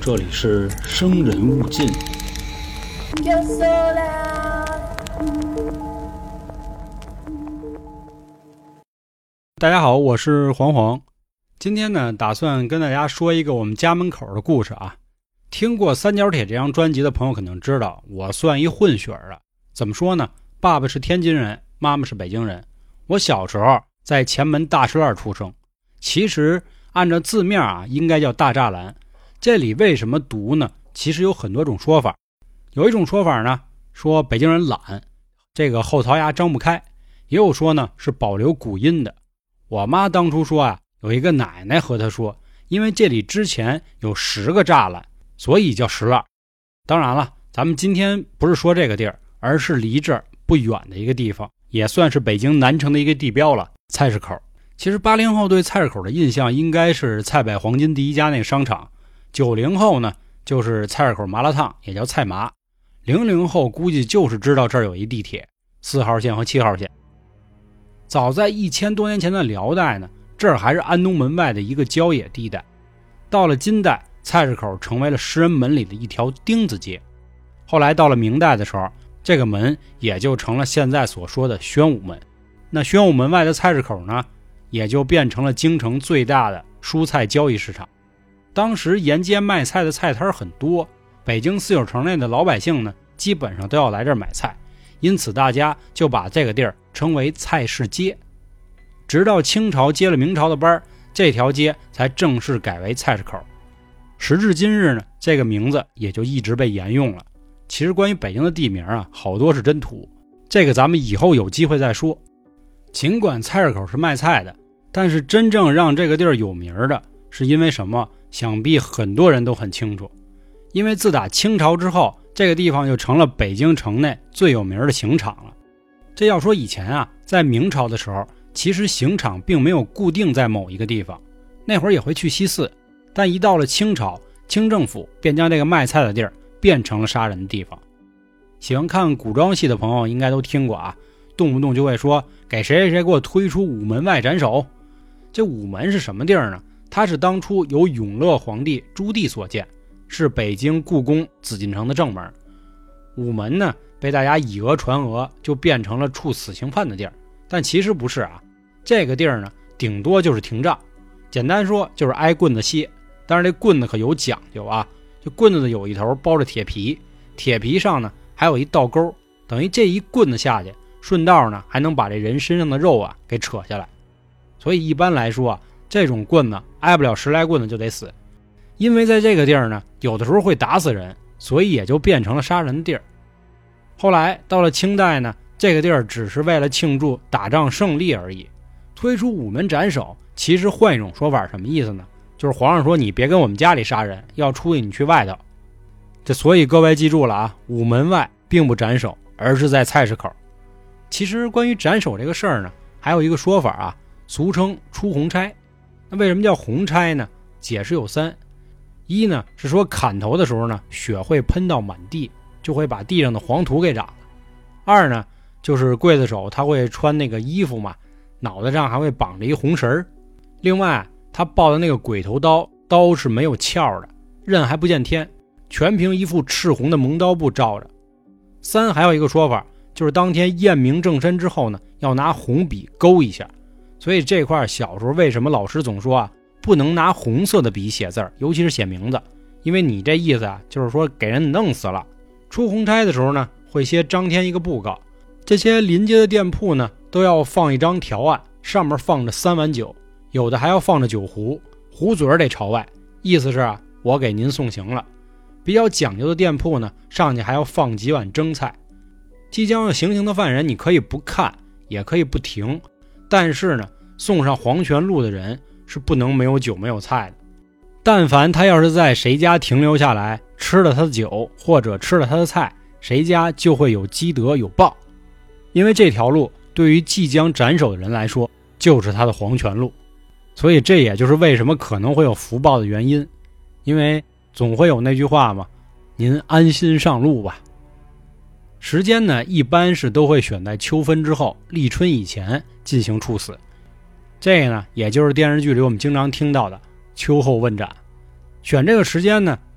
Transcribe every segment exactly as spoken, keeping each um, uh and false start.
这里是生人勿近。大家好，我是黄黄。今天呢，打算跟大家说一个我们家门口的故事啊。听过《三角铁》这张专辑的朋友可能知道，我算一混血儿的。怎么说呢？爸爸是天津人，妈妈是北京人。我小时候在前门大栅栏出生，其实按照字面啊，应该叫大栅栏。这里为什么读呢？其实有很多种说法。有一种说法呢，说北京人懒，这个后槽牙张不开；也有说呢是保留古音的。我妈当初说啊，有一个奶奶和她说，因为这里之前有十个栅栏，所以叫石栏。当然了，咱们今天不是说这个地儿，而是离这儿不远的一个地方，也算是北京南城的一个地标了，菜市口。其实八零后对菜市口的印象应该是菜百黄金第一家那个商场，九零后呢就是菜市口麻辣烫，也叫菜麻。零零后估计就是知道这儿有一地铁，四号线和七号线。早在一千多年前的辽代呢，这儿还是安东门外的一个郊野地带。到了金代，菜市口成为了石人门里的一条钉子街。后来到了明代的时候，这个门也就成了现在所说的宣武门。那宣武门外的菜市口呢，也就变成了京城最大的蔬菜交易市场。当时沿街卖菜的菜摊很多，北京四九城内的老百姓呢，基本上都要来这儿买菜，因此大家就把这个地儿称为菜市街。直到清朝接了明朝的班，这条街才正式改为菜市口。时至今日呢，这个名字也就一直被沿用了。其实关于北京的地名啊，好多是真土，这个咱们以后有机会再说。尽管菜市口是卖菜的，但是真正让这个地儿有名的是因为什么？想必很多人都很清楚。因为自打清朝之后，这个地方就成了北京城内最有名的刑场了。这要说以前啊，在明朝的时候，其实刑场并没有固定在某一个地方，那会儿也会去西四，但一到了清朝，清政府便将这个卖菜的地儿变成了杀人的地方。喜欢看古装戏的朋友应该都听过啊，动不动就会说给谁谁谁给我推出午门外斩首。这午门是什么地儿呢？它是当初由永乐皇帝朱棣所建，是北京故宫紫禁城的正门。午门呢，被大家以讹传讹，就变成了处死刑犯的地儿。但其实不是啊，这个地儿呢，顶多就是停杖，简单说就是挨棍子歇。但是这棍子可有讲究啊，就棍子的有一头包着铁皮，铁皮上呢还有一倒钩，等于这一棍子下去，顺道呢还能把这人身上的肉啊给扯下来。所以一般来说啊，这种棍子挨不了十来棍子就得死。因为在这个地儿呢，有的时候会打死人，所以也就变成了杀人的地儿。后来到了清代呢，这个地儿只是为了庆祝打仗胜利而已。推出午门斩首，其实换一种说法什么意思呢？就是皇上说你别跟我们家里杀人，要出去你去外头。这所以各位记住了啊，午门外并不斩首，而是在菜市口。其实关于斩首这个事儿呢，还有一个说法啊，俗称出红差。那为什么叫红差呢？解释有三。一呢是说砍头的时候呢，血会喷到满地，就会把地上的黄土给染了。二呢就是刽子手他会穿那个衣服嘛，脑袋上还会绑着一红绳。另外他抱的那个鬼头刀，刀是没有鞘的，刃还不见天，全凭一副赤红的蒙刀布罩着。三还有一个说法，就是当天验明正身之后呢，要拿红笔勾一下。所以这块小时候为什么老师总说啊，不能拿红色的笔写字儿，尤其是写名字，因为你这意思啊，就是说给人弄死了。出红差的时候呢，会先张贴一个布告，这些临街的店铺呢，都要放一张条案，上面放着三碗酒，有的还要放着酒壶，壶嘴得朝外，意思是啊，我给您送行了。比较讲究的店铺呢，上去还要放几碗蒸菜。即将要行刑的犯人，你可以不看，也可以不停，但是呢，送上黄泉路的人是不能没有酒没有菜的。但凡他要是在谁家停留下来，吃了他的酒或者吃了他的菜，谁家就会有积德有报。因为这条路对于即将斩首的人来说，就是他的黄泉路。所以这也就是为什么可能会有福报的原因。因为总会有那句话嘛，您安心上路吧。时间呢，一般是都会选在秋分之后，立春以前进行处死。这个呢，也就是电视剧里我们经常听到的秋后问斩。选这个时间呢，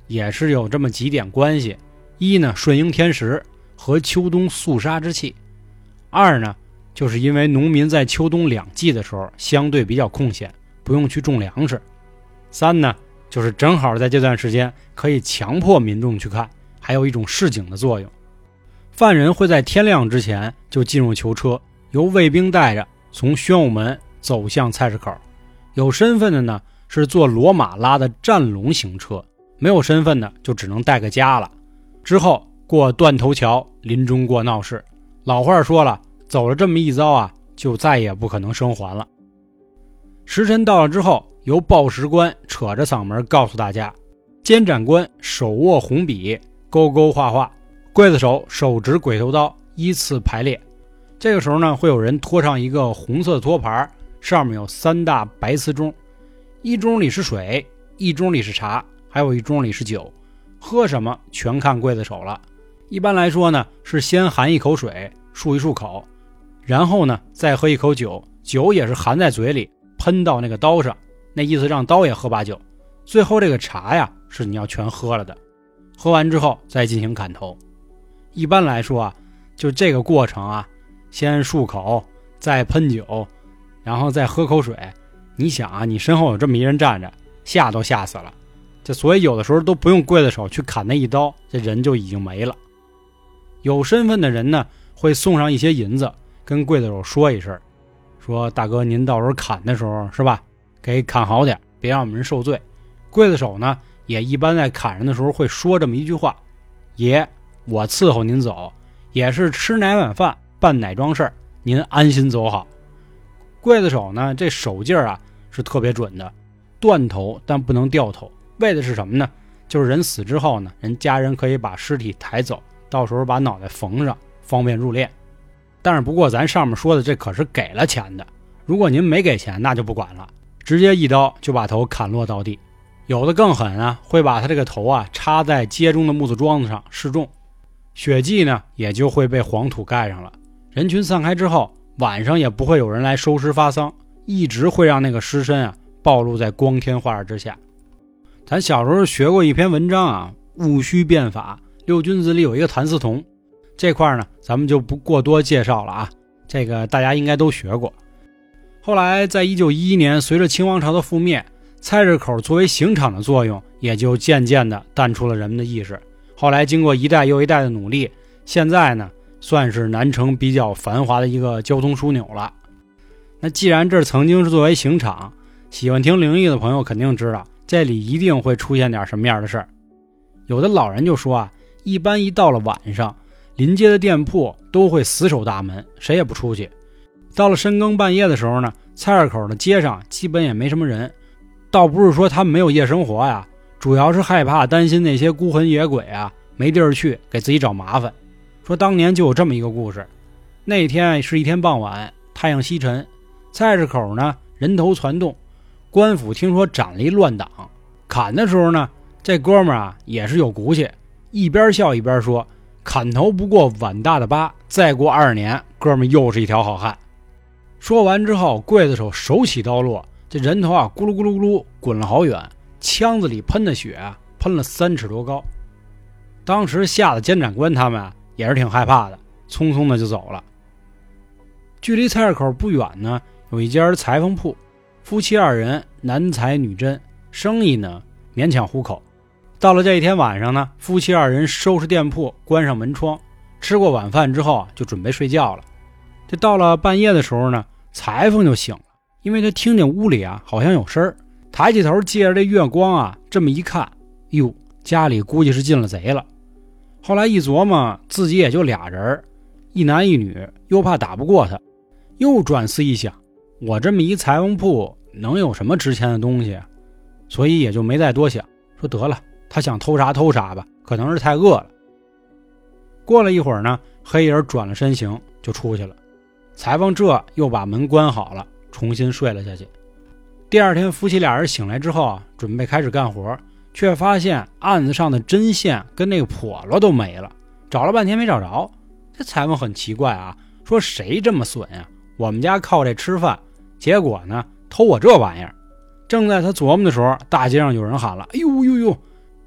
也是有这么几点关系：一呢，顺应天时和秋冬肃杀之气；二呢，就是因为农民在秋冬两季的时候相对比较空闲，不用去种粮食；三呢，就是正好在这段时间可以强迫民众去看，还有一种示警的作用。犯人会在天亮之前就进入囚车，由卫兵带着从宣武门走向菜市口。有身份的呢是坐骡马拉的战龙行车，没有身份的就只能带个家了。之后过断头桥，临终过闹市。老话说了，走了这么一遭啊，就再也不可能生还了。时辰到了之后，由报时官扯着嗓门告诉大家，监斩官手握红笔，勾勾画画，刽子手手执鬼头刀，依次排列。这个时候呢，会有人拖上一个红色托盘，上面有三大白瓷盅，一盅里是水，一盅里是茶，还有一盅里是酒，喝什么全看刽子手了。一般来说呢，是先含一口水，漱一漱口，然后呢再喝一口酒，酒也是含在嘴里，喷到那个刀上，那意思让刀也喝把酒。最后这个茶呀，是你要全喝了的，喝完之后再进行砍头。一般来说啊，就这个过程啊，先漱口，再喷酒，然后再喝口水。你想啊，你身后有这么一人站着，吓都吓死了。这所以有的时候都不用刽子手去砍那一刀，这人就已经没了。有身份的人呢，会送上一些银子，跟刽子手说一声，说大哥您到时候砍的时候是吧，给砍好点，别让我们人受罪。刽子手呢也一般在砍人的时候会说这么一句话，爷我伺候您走，也是吃哪碗饭办哪桩事儿，您安心走好。刽子手呢这手劲儿啊是特别准的，断头但不能掉头，为的是什么呢？就是人死之后呢，人家人可以把尸体抬走，到时候把脑袋缝上，方便入殓。但是不过咱上面说的这可是给了钱的，如果您没给钱那就不管了，直接一刀就把头砍落到地。有的更狠啊，会把他这个头啊插在街中的木头桩子上示众，血迹呢也就会被黄土盖上了。人群散开之后，晚上也不会有人来收尸发丧，一直会让那个尸身啊暴露在光天化日之下。咱小时候学过一篇文章啊，戊戌变法，六君子里有一个谭嗣同，这块呢咱们就不过多介绍了啊，这个大家应该都学过。后来在一九一一年，随着清王朝的覆灭，菜市口作为刑场的作用也就渐渐的淡出了人们的意识。后来经过一代又一代的努力，现在呢算是南城比较繁华的一个交通枢纽了。那既然这曾经是作为刑场，喜欢听灵异的朋友肯定知道，这里一定会出现点什么样的事儿。有的老人就说啊，一般一到了晚上，临街的店铺都会死守大门，谁也不出去。到了深更半夜的时候呢，菜市口的街上基本也没什么人。倒不是说他们没有夜生活呀，主要是害怕担心那些孤魂野鬼啊没地儿去给自己找麻烦。说当年就有这么一个故事，那天是一天傍晚，太阳西沉，菜市口呢人头攒动，官府听说斩了一乱党，砍的时候呢，这哥们儿啊也是有骨气，一边笑一边说，砍头不过碗大的疤，再过二年哥们儿又是一条好汉。说完之后，刽子手手起刀落，这人头啊咕噜咕噜咕噜滚了好远，枪子里喷的血啊喷了三尺多高。当时吓得监斩官他们啊也是挺害怕的，匆匆的就走了。距离菜市口不远呢，有一家裁缝铺，夫妻二人男裁女针，生意呢勉强糊口。到了这一天晚上呢，夫妻二人收拾店铺，关上门窗，吃过晚饭之后啊就准备睡觉了。这到了半夜的时候呢，裁缝就醒了，因为他听见屋里啊好像有声儿，抬起头借着这月光啊这么一看，哟，家里估计是进了贼了。后来一琢磨，自己也就俩人，一男一女，又怕打不过他，又转思一想，我这么一裁缝铺能有什么值钱的东西啊？所以也就没再多想，说得了，他想偷啥偷啥吧，可能是太饿了。过了一会儿呢，黑影转了身形就出去了，裁缝这又把门关好了，重新睡了下去。第二天夫妻俩人醒来之后啊，准备开始干活，却发现案子上的针线跟那个笸箩都没了，找了半天没找着。这裁缝很奇怪啊，说谁这么损呀？我们家靠这吃饭，结果呢偷我这玩意儿。正在他琢磨的时候，大街上有人喊了，哎呦呦呦，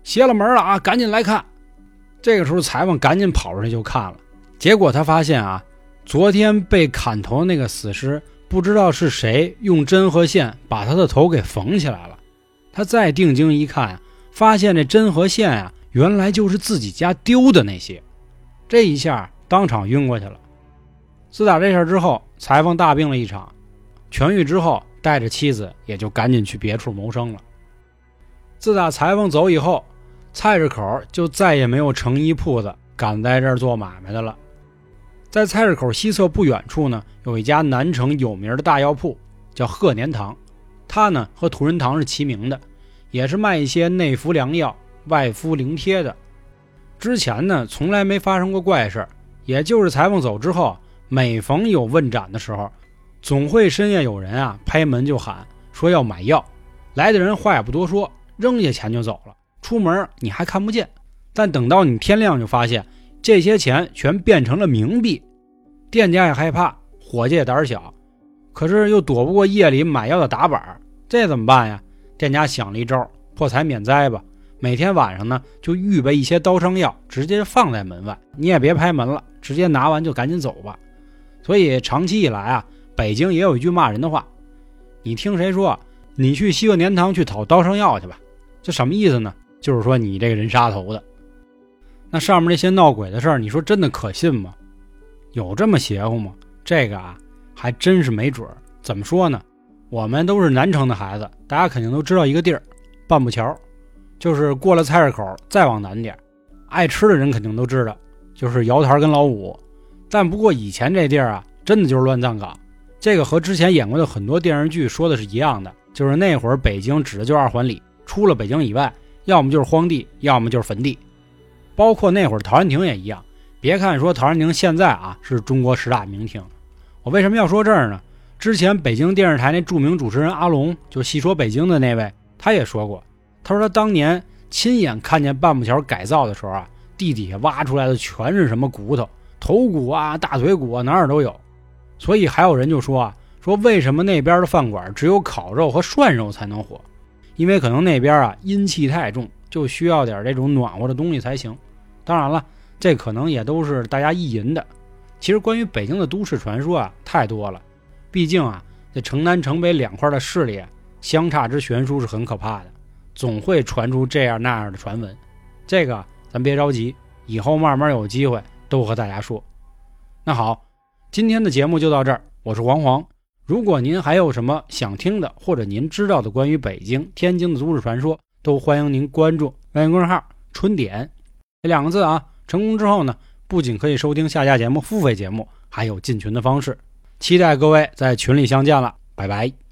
邪了门了啊，赶紧来看。这个时候裁缝赶紧跑出去就看了，结果他发现啊，昨天被砍头那个死尸不知道是谁用针和线把他的头给缝起来了。他再定睛一看，发现这针和线啊，原来就是自己家丢的那些。这一下当场晕过去了。自打这事之后，裁缝大病了一场，痊愈之后带着妻子也就赶紧去别处谋生了。自打裁缝走以后，菜市口就再也没有成衣铺子敢在这儿做买卖的了。在菜市口西侧不远处呢，有一家南城有名的大药铺，叫贺年堂。它呢和同仁堂是齐名的，也是卖一些内服良药、外敷灵贴的。之前呢从来没发生过怪事，也就是裁缝走之后，每逢有问斩的时候，总会深夜有人啊拍门就喊说要买药。来的人话也不多说，扔下钱就走了，出门你还看不见。但等到你天亮就发现这些钱全变成了冥币，店家也害怕，伙计也胆小，可是又躲不过夜里买药的打板，这怎么办呀？店家想了一招，破财免灾吧，每天晚上呢就预备一些刀伤药，直接放在门外，你也别拍门了，直接拿完就赶紧走吧。所以长期以来啊，北京也有一句骂人的话，你听谁说你去西贺年堂去讨刀伤药去吧，这什么意思呢？就是说你这个人杀头的。那上面这些闹鬼的事儿，你说真的可信吗？有这么邪乎吗？这个啊还真是没准。怎么说呢，我们都是南城的孩子，大家肯定都知道一个地儿，半步桥，就是过了菜市口再往南点，爱吃的人肯定都知道，就是姚台跟老五。但不过以前这地儿啊真的就是乱葬岗，这个和之前演过的很多电视剧说的是一样的，就是那会儿北京指的就是二环里，出了北京以外，要么就是荒地，要么就是坟地。包括那会儿陶然亭也一样，别看说陶然亭现在啊是中国十大名亭，我为什么要说这儿呢？之前北京电视台那著名主持人阿龙，就细说北京的那位，他也说过，他说他当年亲眼看见半步桥改造的时候啊，地底下挖出来的全是什么骨头，头骨啊、大腿骨啊，哪儿都有。所以还有人就说啊，说为什么那边的饭馆只有烤肉和涮肉才能火？因为可能那边啊阴气太重，就需要点这种暖和的东西才行。当然了，这可能也都是大家意淫的。其实关于北京的都市传说啊太多了，毕竟啊这城南城北两块的势力相差之悬殊是很可怕的，总会传出这样那样的传闻。这个咱别着急，以后慢慢有机会都和大家说。那好，今天的节目就到这儿，我是黄黄。如果您还有什么想听的，或者您知道的关于北京、天津的都市传说，都欢迎您关注微信公众号春点这两个字啊。成功之后呢，不仅可以收听下架节目、付费节目，还有进群的方式。期待各位在群里相见了，拜拜。